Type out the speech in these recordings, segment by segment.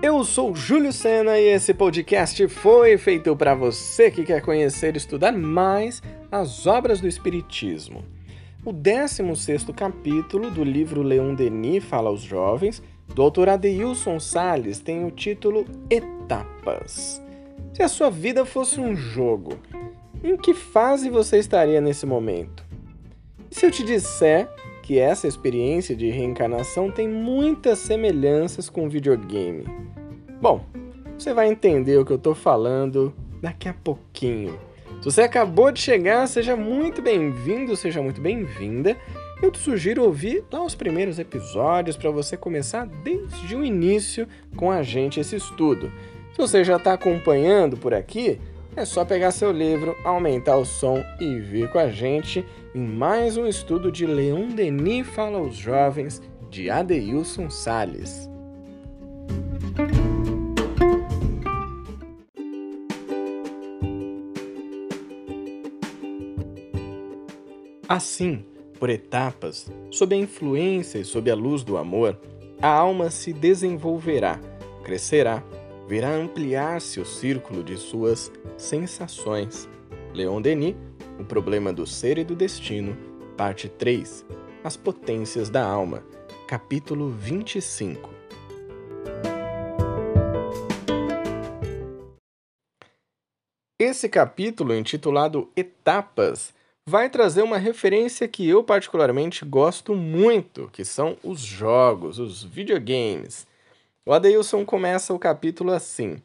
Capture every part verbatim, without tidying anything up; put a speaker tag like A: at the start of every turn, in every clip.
A: Eu sou Júlio Sena e esse podcast foi feito para você que quer conhecer e estudar mais as obras do Espiritismo. O décimo sexto capítulo do livro Leon Denis Fala aos Jovens, do autor Adeilson Sales, tem o título Etapas. Se a sua vida fosse um jogo, em que fase você estaria nesse momento? E se eu te disser que essa experiência de reencarnação tem muitas semelhanças com o videogame? Bom, você vai entender o que eu estou falando daqui a pouquinho. Se você acabou de chegar, seja muito bem-vindo, seja muito bem-vinda. Eu te sugiro ouvir lá os primeiros episódios para você começar desde o início com a gente esse estudo. Se você já está acompanhando por aqui, é só pegar seu livro, aumentar o som e vir com a gente em mais um estudo de Leon Denis Fala aos Jovens, de Adeilson Sales. Assim, por etapas, sob a influência e sob a luz do amor, a alma se desenvolverá, crescerá, verá ampliar-se o círculo de suas sensações. Leon Denis, O Problema do Ser e do Destino, parte três, As Potências da Alma, capítulo vinte e cinco. Esse capítulo, intitulado Etapas, vai trazer uma referência que eu particularmente gosto muito, que são os jogos, os videogames. O Adeilson começa o capítulo assim: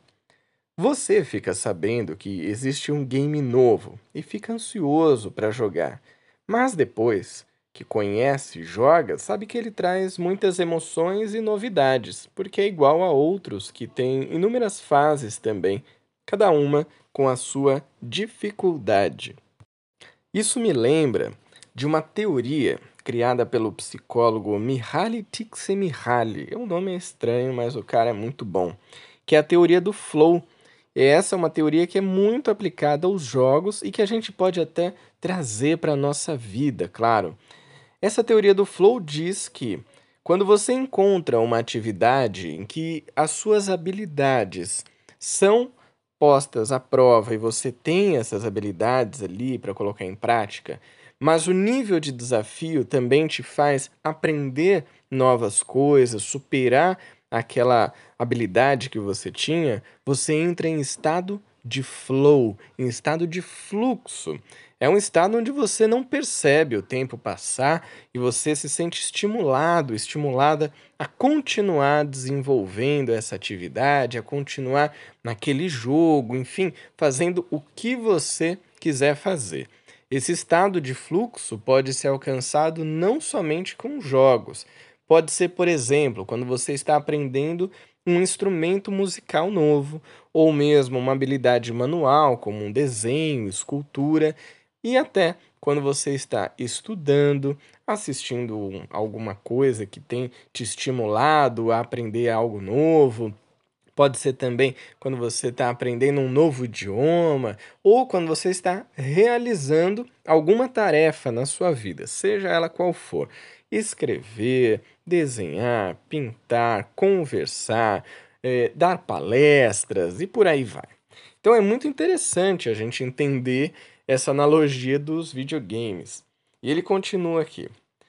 A: você fica sabendo que existe um game novo e fica ansioso para jogar, mas depois que conhece e joga, sabe que ele traz muitas emoções e novidades, porque é igual a outros que têm inúmeras fases também, cada uma com a sua dificuldade. Isso me lembra de uma teoria criada pelo psicólogo Mihaly Csikszentmihalyi. O nome é estranho, mas o cara é muito bom. Que é a teoria do flow. E essa é uma teoria que é muito aplicada aos jogos e que a gente pode até trazer para a nossa vida, claro. Essa teoria do flow diz que quando você encontra uma atividade em que as suas habilidades são postas à prova e você tem essas habilidades ali para colocar em prática, mas o nível de desafio também te faz aprender novas coisas, superar aquela habilidade que você tinha, você entra em estado de flow, em estado de fluxo. É um estado onde você não percebe o tempo passar e você se sente estimulado, estimulada a continuar desenvolvendo essa atividade, a continuar naquele jogo, enfim, fazendo o que você quiser fazer. Esse estado de fluxo pode ser alcançado não somente com jogos. Pode ser, por exemplo, quando você está aprendendo um instrumento musical novo, ou mesmo uma habilidade manual, como um desenho, escultura, e até quando você está estudando, assistindo alguma coisa que tem te estimulado a aprender algo novo. Pode ser também quando você está aprendendo um novo idioma ou quando você está realizando alguma tarefa na sua vida, seja ela qual for. Escrever, desenhar, pintar, conversar, eh, dar palestras e por aí vai. Então é muito interessante a gente entender essa analogia dos videogames. E ele continua aqui.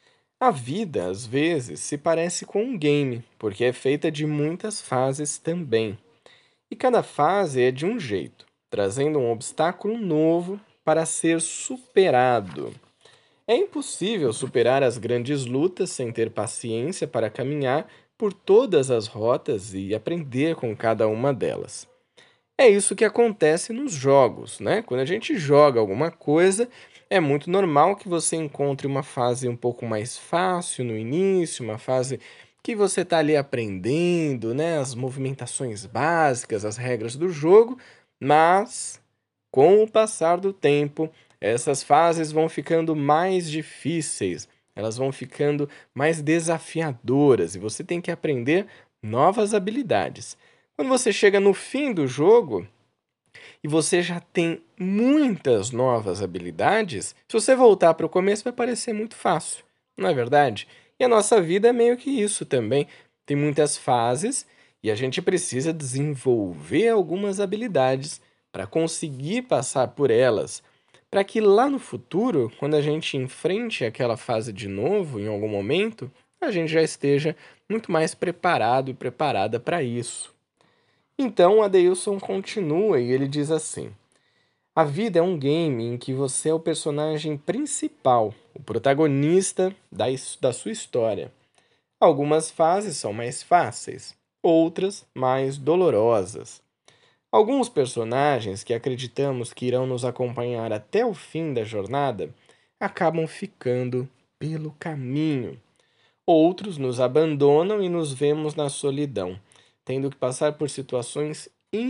A: A vida, às vezes, se parece com um game, porque é feita de muitas fases também. E cada fase é de um jeito, trazendo um obstáculo novo para ser superado. É impossível superar as grandes lutas sem ter paciência para caminhar por todas as rotas e aprender com cada uma delas. É isso que acontece nos jogos, né? Quando a gente joga alguma coisa, é muito normal que você encontre uma fase um pouco mais fácil no início, uma fase que você está ali aprendendo, né? As movimentações básicas, as regras do jogo, mas com o passar do tempo, essas fases vão ficando mais difíceis, elas vão ficando mais desafiadoras e você tem que aprender novas habilidades. Quando você chega no fim do jogo e você já tem muitas novas habilidades, se você voltar para o começo vai parecer muito fácil, não é verdade? E a nossa vida é meio que isso também. Tem muitas fases E a gente precisa desenvolver algumas habilidades para conseguir passar por elas, para que lá no futuro, quando a gente enfrente aquela fase de novo, em algum momento, a gente já esteja muito mais preparado e preparada para isso. Então, o Adeilson continua e ele diz assim: a vida é um game em que você é o personagem principal, o protagonista da, da sua história. Algumas fases são mais fáceis, outras mais dolorosas. Alguns personagens que acreditamos que irão nos acompanhar até o fim da jornada acabam ficando pelo caminho. Outros nos abandonam e nos vemos na solidão, tendo que passar por situações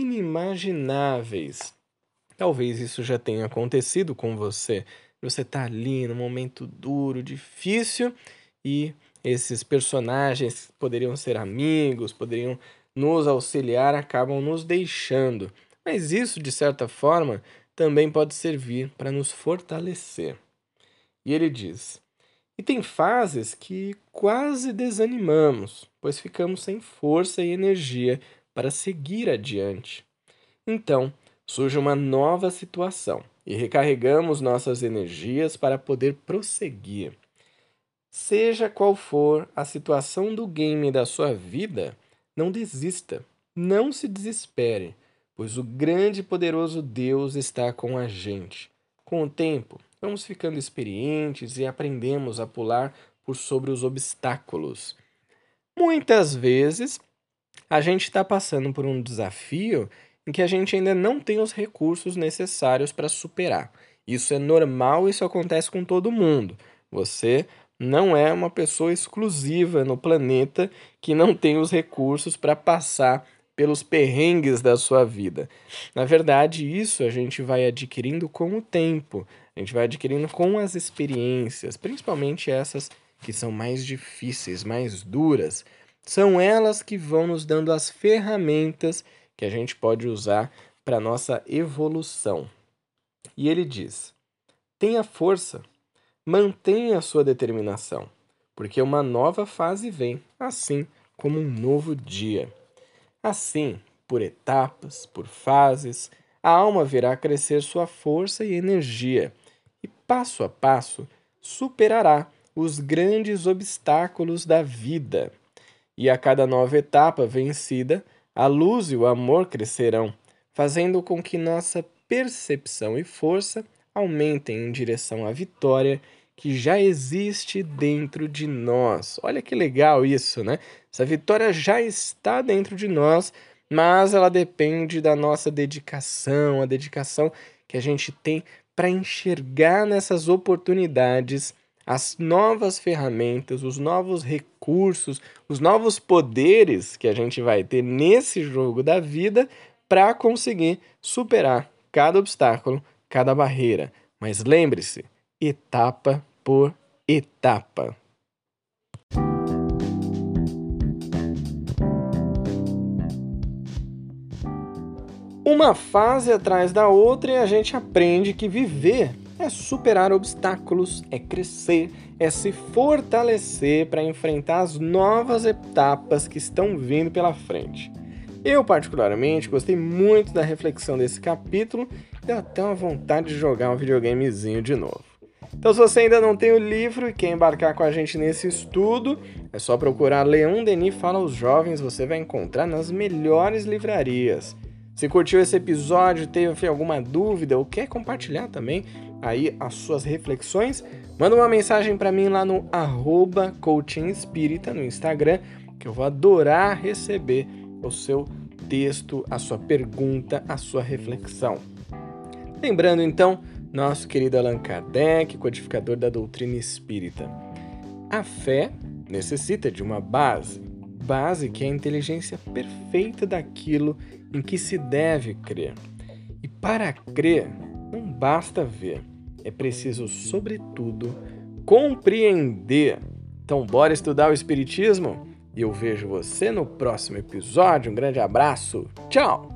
A: inimagináveis. Talvez isso já tenha acontecido com você. Você está ali num momento duro, difícil, e esses personagens poderiam ser amigos, poderiam nos auxiliar, acabam nos deixando. Mas isso, de certa forma, também pode servir para nos fortalecer. E ele diz: e tem fases que quase desanimamos, pois ficamos sem força e energia para seguir adiante. Então, surge uma nova situação e recarregamos nossas energias para poder prosseguir. Seja qual for a situação do game da sua vida, não desista, não se desespere, pois o grande e poderoso Deus está com a gente. Com o tempo, vamos ficando experientes e aprendemos a pular por sobre os obstáculos. Muitas vezes, a gente está passando por um desafio em que a gente ainda não tem os recursos necessários para superar. Isso é normal, isso acontece com todo mundo. Você não é uma pessoa exclusiva no planeta que não tem os recursos para passar pelos perrengues da sua vida. Na verdade, isso a gente vai adquirindo com o tempo, a gente vai adquirindo com as experiências, principalmente essas que são mais difíceis, mais duras. São elas que vão nos dando as ferramentas que a gente pode usar para a nossa evolução. E ele diz: tenha força, mantenha a sua determinação, porque uma nova fase vem, assim como um novo dia. Assim, por etapas, por fases, a alma verá crescer sua força e energia, e passo a passo superará os grandes obstáculos da vida. E a cada nova etapa vencida, a luz e o amor crescerão, fazendo com que nossa percepção e força aumentem em direção à vitória que já existe dentro de nós. Olha que legal isso, né? Essa vitória já está dentro de nós, mas ela depende da nossa dedicação, a dedicação que a gente tem para enxergar nessas oportunidades as novas ferramentas, os novos recursos, os novos poderes que a gente vai ter nesse jogo da vida para conseguir superar cada obstáculo, cada barreira. Mas lembre-se, etapa por etapa. Uma fase atrás da outra e a gente aprende que viver é superar obstáculos, é crescer, é se fortalecer para enfrentar as novas etapas que estão vindo pela frente. Eu, particularmente, gostei muito da reflexão desse capítulo e deu até uma vontade de jogar um videogamezinho de novo. Então, se você ainda não tem o livro e quer embarcar com a gente nesse estudo, é só procurar Leon Denis Fala aos Jovens, você vai encontrar nas melhores livrarias. Se curtiu esse episódio, teve alguma dúvida ou quer compartilhar também aí as suas reflexões, manda uma mensagem para mim lá no arroba coaching espírita no Instagram, que eu vou adorar receber o seu texto, a sua pergunta, a sua reflexão. Lembrando então, nosso querido Allan Kardec, codificador da doutrina espírita. A fé necessita de uma base, base que é a inteligência perfeita daquilo em que se deve crer. E para crer, não basta ver, é preciso, sobretudo, compreender. Então, bora estudar o Espiritismo? E eu vejo você no próximo episódio. Um grande abraço. Tchau!